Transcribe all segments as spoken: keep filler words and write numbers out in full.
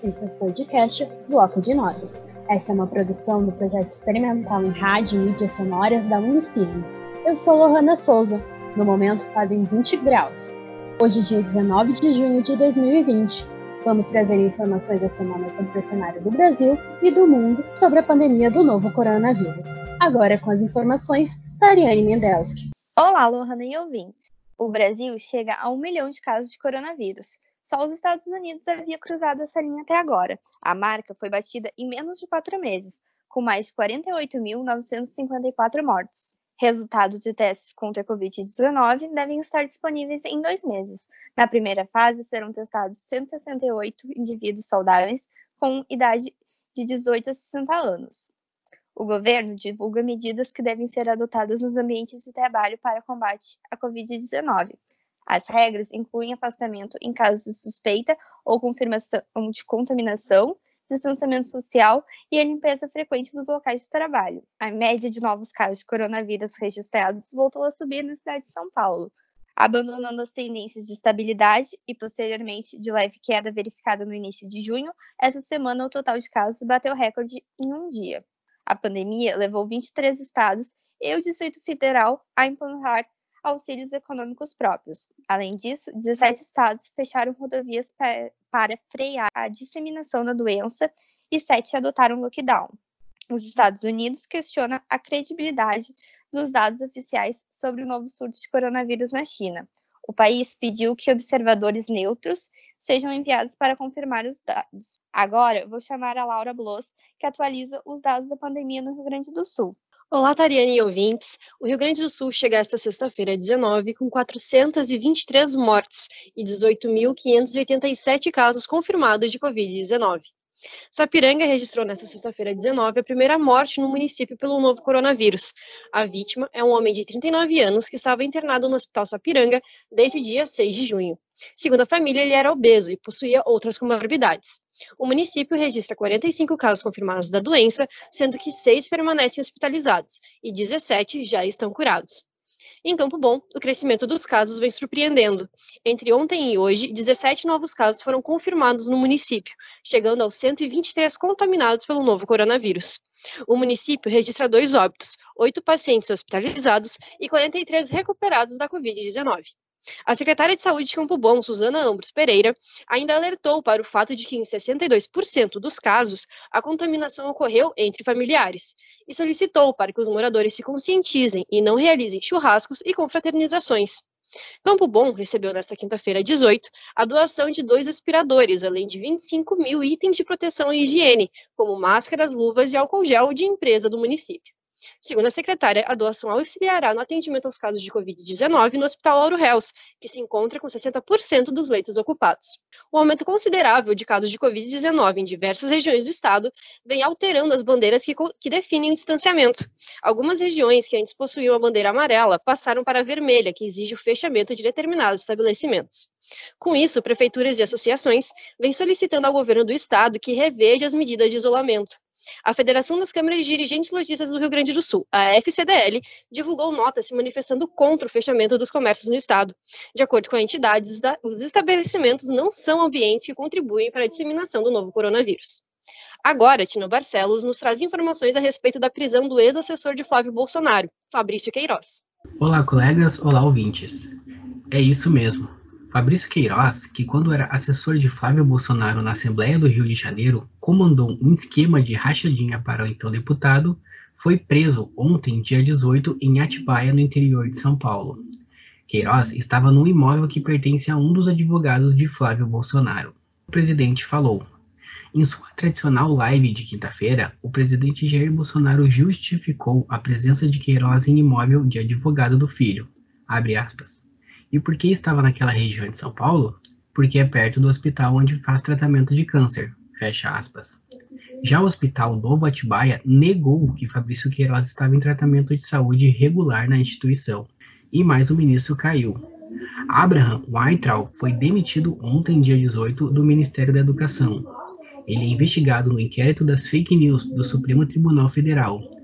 esse é o podcast Bloco de Notas. Essa é uma produção do projeto experimental em rádio e mídias sonoras da Unicinos. Eu sou Lohana Souza. No momento fazem vinte graus. Hoje, dia dezenove de junho de dois mil e vinte. Vamos trazer informações da semana sobre o cenário do Brasil e do mundo sobre a pandemia do novo coronavírus. Agora com as informações, Tariane Mendelski. Olá, Lohana e ouvintes. O Brasil chega a um milhão de casos de coronavírus. Só os Estados Unidos havia cruzado essa linha até agora. A marca foi batida em menos de quatro meses, com mais de quarenta e oito mil novecentos e cinquenta e quatro mortos. Resultados de testes contra a covid dezenove devem estar disponíveis em dois meses. Na primeira fase, serão testados cento e sessenta e oito indivíduos saudáveis com idade de dezoito a sessenta anos. O governo divulga medidas que devem ser adotadas nos ambientes de trabalho para combate à covid dezenove. As regras incluem afastamento em casos de suspeita ou confirmação de contaminação, distanciamento social e a limpeza frequente dos locais de trabalho. A média de novos casos de coronavírus registrados voltou a subir na cidade de São Paulo, abandonando as tendências de estabilidade e, posteriormente, de leve queda verificada no início de junho. Essa semana, o total de casos bateu recorde em um dia. A pandemia levou vinte e três estados e o Distrito Federal a implantar auxílios econômicos próprios. Além disso, dezessete estados fecharam rodovias para, para frear a disseminação da doença e sete adotaram lockdown. Os Estados Unidos questionam a credibilidade dos dados oficiais sobre o novo surto de coronavírus na China. O país pediu que observadores neutros sejam enviados para confirmar os dados. Agora, vou chamar a Laura Bloss, que atualiza os dados da pandemia no Rio Grande do Sul. Olá, Tariane e ouvintes. O Rio Grande do Sul chega esta sexta-feira, dezenove, com quatrocentas e vinte e três mortes e dezoito mil quinhentos e oitenta e sete casos confirmados de covid dezenove. Sapiranga registrou nesta sexta-feira, dezenove, a primeira morte no município pelo novo coronavírus. A vítima é um homem de trinta e nove anos que estava internado no Hospital Sapiranga desde o dia seis de junho. Segundo a família, ele era obeso e possuía outras comorbidades. O município registra quarenta e cinco casos confirmados da doença, sendo que seis permanecem hospitalizados e dezessete já estão curados. Em Campo Bom, o crescimento dos casos vem surpreendendo. Entre ontem e hoje, dezessete novos casos foram confirmados no município, chegando aos cento e vinte e três contaminados pelo novo coronavírus. O município registra dois óbitos, oito pacientes hospitalizados e quarenta e três recuperados da covid dezenove. A secretária de Saúde de Campo Bom, Suzana Ambros Pereira, ainda alertou para o fato de que em sessenta e dois por cento dos casos a contaminação ocorreu entre familiares e solicitou para que os moradores se conscientizem e não realizem churrascos e confraternizações. Campo Bom recebeu nesta quinta-feira, dezoito, a doação de dois aspiradores, além de vinte e cinco mil itens de proteção e higiene, como máscaras, luvas e álcool gel de empresa do município. Segundo a secretária, a doação auxiliará no atendimento aos casos de covid dezenove no Hospital Lauro Reus, que se encontra com sessenta por cento dos leitos ocupados. O aumento considerável de casos de covid dezenove em diversas regiões do estado vem alterando as bandeiras que, que definem o distanciamento. Algumas regiões que antes possuíam a bandeira amarela passaram para a vermelha, que exige o fechamento de determinados estabelecimentos. Com isso, prefeituras e associações vêm solicitando ao governo do estado que reveja as medidas de isolamento. A Federação das Câmaras de Dirigentes Logistas do Rio Grande do Sul, a F C D L, divulgou nota se manifestando contra o fechamento dos comércios no estado. De acordo com a entidade, os estabelecimentos não são ambientes que contribuem para a disseminação do novo coronavírus. Agora, Tino Barcelos nos traz informações a respeito da prisão do ex-assessor de Flávio Bolsonaro, Fabrício Queiroz. Olá, colegas. Olá, ouvintes. É isso mesmo. Fabrício Queiroz, que quando era assessor de Flávio Bolsonaro na Assembleia do Rio de Janeiro, comandou um esquema de rachadinha para o então deputado, foi preso ontem, dia dezoito, em Atibaia, no interior de São Paulo. Queiroz estava num imóvel que pertence a um dos advogados de Flávio Bolsonaro. O presidente falou. Em sua tradicional live de quinta-feira, o presidente Jair Bolsonaro justificou a presença de Queiroz em imóvel de advogado do filho. Abre aspas. E por que estava naquela região de São Paulo? Porque é perto do hospital onde faz tratamento de câncer. Fecha aspas. Já o Hospital Novo Atibaia negou que Fabrício Queiroz estava em tratamento de saúde regular na instituição. E mais um ministro caiu. Abraham Weintraub foi demitido ontem, dia dezoito, do Ministério da Educação. Ele é investigado no inquérito das fake news do Supremo Tribunal Federal.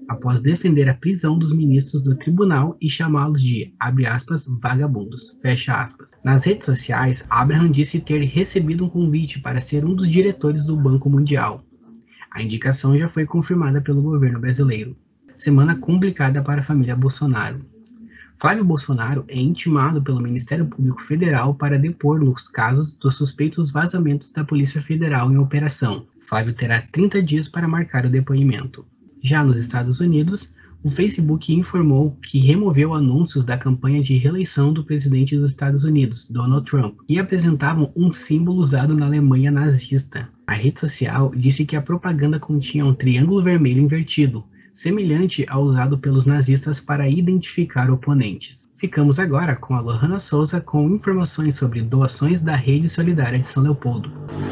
após defender a prisão dos ministros do tribunal e chamá-los de, abre aspas, vagabundos, fecha aspas. Nas redes sociais, Abraham disse ter recebido um convite para ser um dos diretores do Banco Mundial. A indicação já foi confirmada pelo governo brasileiro. Semana complicada para a família Bolsonaro. Flávio Bolsonaro é intimado pelo Ministério Público Federal para depor nos casos dos suspeitos vazamentos da Polícia Federal em operação. Flávio terá trinta dias para marcar o depoimento. Já nos Estados Unidos, o Facebook informou que removeu anúncios da campanha de reeleição do presidente dos Estados Unidos, Donald Trump, que apresentavam um símbolo usado na Alemanha nazista. A rede social disse que a propaganda continha um triângulo vermelho invertido, semelhante ao usado pelos nazistas para identificar oponentes. Ficamos agora com a Lohana Souza com informações sobre doações da Rede Solidária de São Leopoldo.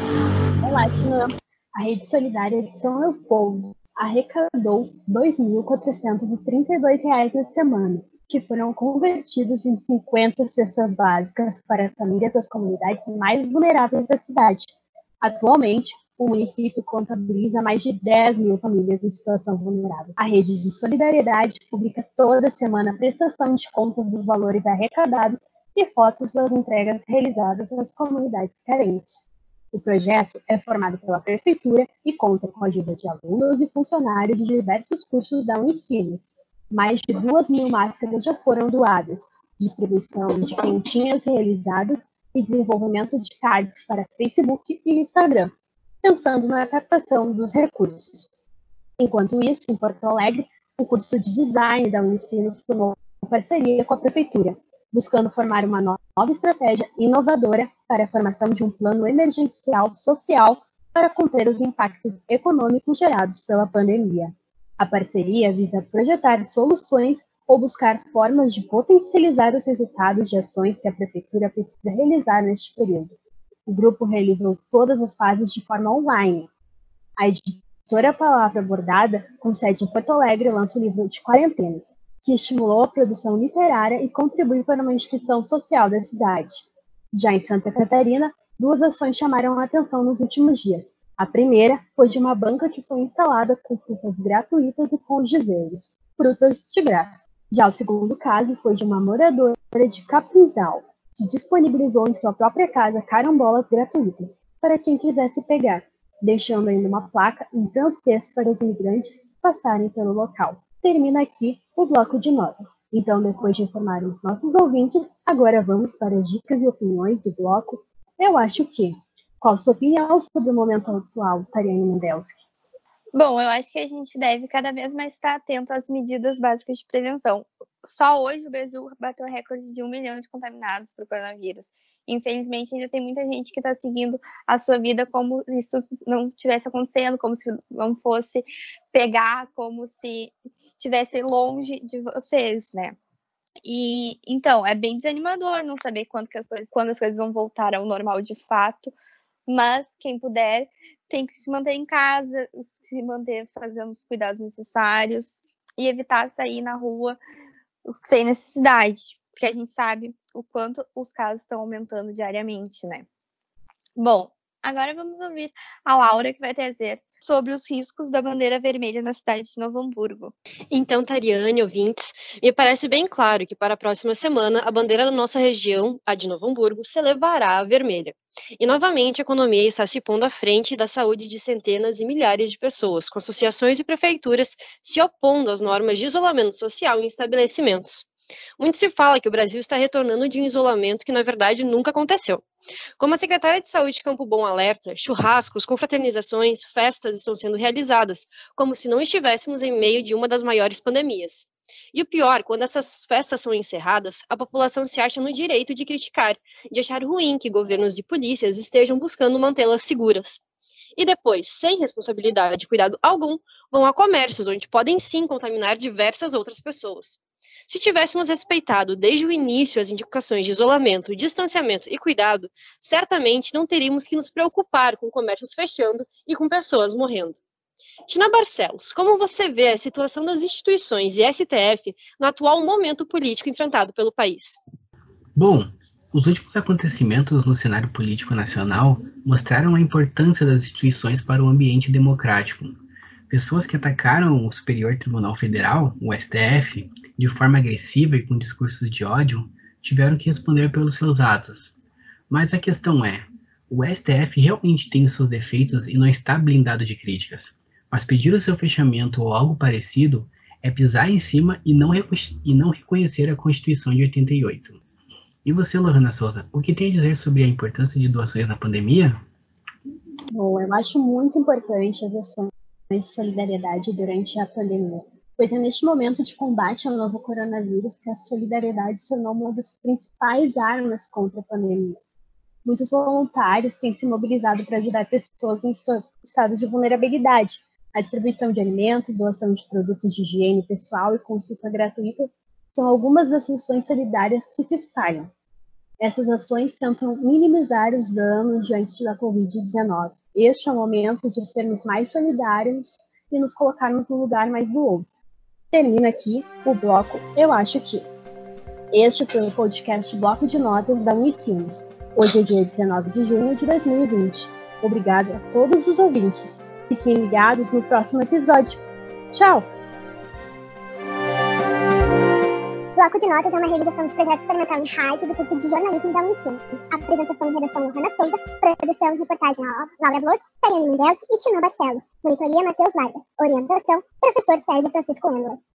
Olá, Tina. A Rede Solidária de São Leopoldo arrecadou dois mil quatrocentos e trinta e dois reais na semana, que foram convertidos em cinquenta cestas básicas para famílias das comunidades mais vulneráveis da cidade. Atualmente, o município contabiliza mais de dez mil famílias em situação vulnerável. A Rede de Solidariedade publica toda semana a prestação de contas dos valores arrecadados e fotos das entregas realizadas nas comunidades carentes. O projeto é formado pela Prefeitura e conta com a ajuda de alunos e funcionários de diversos cursos da Unicinos. Mais de duas mil máscaras já foram doadas, distribuição de quentinhas realizadas e desenvolvimento de cards para Facebook e Instagram, pensando na captação dos recursos. Enquanto isso, em Porto Alegre, o curso de design da Unicinos formou uma parceria com a Prefeitura, buscando formar uma nova estratégia inovadora para a formação de um plano emergencial social para conter os impactos econômicos gerados pela pandemia. A parceria visa projetar soluções ou buscar formas de potencializar os resultados de ações que a Prefeitura precisa realizar neste período. O grupo realizou todas as fases de forma online. A editora Palavra Bordada, com sede em Porto Alegre, lança o livro de Quarentenas, que estimulou a produção literária e contribui para uma instituição social da cidade. Já em Santa Catarina, duas ações chamaram a atenção nos últimos dias. A primeira foi de uma banca que foi instalada com frutas gratuitas e com os dizeres, frutas de graça. Já o segundo caso foi de uma moradora de Capinzal, que disponibilizou em sua própria casa carambolas gratuitas para quem quisesse pegar, deixando ainda uma placa em francês para os imigrantes passarem pelo local. Termina aqui o bloco de notas. Então, depois de informar os nossos ouvintes, agora vamos para as dicas e opiniões do bloco. Eu acho que... Qual a sua opinião sobre o momento atual, Tariane Mendelski? Bom, eu acho que a gente deve cada vez mais estar atento às medidas básicas de prevenção. Só hoje o Brasil bateu recorde de um milhão de contaminados por coronavírus. Infelizmente, ainda tem muita gente que está seguindo a sua vida como se isso não estivesse acontecendo, como se não fosse pegar, como se estivesse longe de vocês, né? E, então, é bem desanimador não saber quando, que as coisas, quando as coisas vão voltar ao normal de fato, mas quem puder tem que se manter em casa, se manter fazendo os cuidados necessários e evitar sair na rua sem necessidade, porque a gente sabe o quanto os casos estão aumentando diariamente, né? Bom, agora vamos ouvir a Laura, que vai trazer sobre os riscos da bandeira vermelha na cidade de Novo Hamburgo. Então, Tariane, ouvintes, me parece bem claro que para a próxima semana a bandeira da nossa região, a de Novo Hamburgo, se elevará a vermelha. E novamente a economia está se pondo à frente da saúde de centenas e milhares de pessoas, com associações e prefeituras se opondo às normas de isolamento social em estabelecimentos. Muito se fala que o Brasil está retornando de um isolamento que, na verdade, nunca aconteceu. Como a secretária de Saúde de Campo Bom alerta, churrascos, confraternizações, festas estão sendo realizadas, como se não estivéssemos em meio de uma das maiores pandemias. E o pior, quando essas festas são encerradas, a população se acha no direito de criticar, de achar ruim que governos e polícias estejam buscando mantê-las seguras. E depois, sem responsabilidade e cuidado algum, vão a comércios, onde podem sim contaminar diversas outras pessoas. Se tivéssemos respeitado desde o início as indicações de isolamento, distanciamento e cuidado, certamente não teríamos que nos preocupar com comércios fechando e com pessoas morrendo. Tina Barcelos, como você vê a situação das instituições e S T F no atual momento político enfrentado pelo país? Bom, os últimos acontecimentos no cenário político nacional mostraram a importância das instituições para o ambiente democrático. Pessoas que atacaram o Superior Tribunal Federal, o S T F, de forma agressiva e com discursos de ódio, tiveram que responder pelos seus atos. Mas a questão é, o S T F realmente tem os seus defeitos e não está blindado de críticas. Mas pedir o seu fechamento ou algo parecido é pisar em cima e não, e não reconhecer a Constituição de oitenta e oito. E você, Lohana Souza, o que tem a dizer sobre a importância de doações na pandemia? Bom, eu acho muito importante as ações de solidariedade durante a pandemia, pois é neste momento de combate ao novo coronavírus que a solidariedade se tornou uma das principais armas contra a pandemia. Muitos voluntários têm se mobilizado para ajudar pessoas em estado de vulnerabilidade. A distribuição de alimentos, doação de produtos de higiene pessoal e consulta gratuita são algumas das ações solidárias que se espalham. Essas ações tentam minimizar os danos diante da covid dezenove. Este é o momento de sermos mais solidários e nos colocarmos no lugar mais do outro. Termina aqui o bloco Eu Acho Que. Este foi o podcast Bloco de Notas da Unicinos. Hoje é dia dezenove de junho de dois mil e vinte. Obrigado a todos os ouvintes. Fiquem ligados no próximo episódio. Tchau! Bloco de Notas é uma realização de projeto experimental em rádio do curso de jornalismo da Unicinos. Apresentação e redação Lohana Souza, produção e reportagem Laura Bloch, Tariane Mendelski e Tina Barcelos. Monitoria Matheus Vargas. Orientação, professor Sérgio Francisco Endler.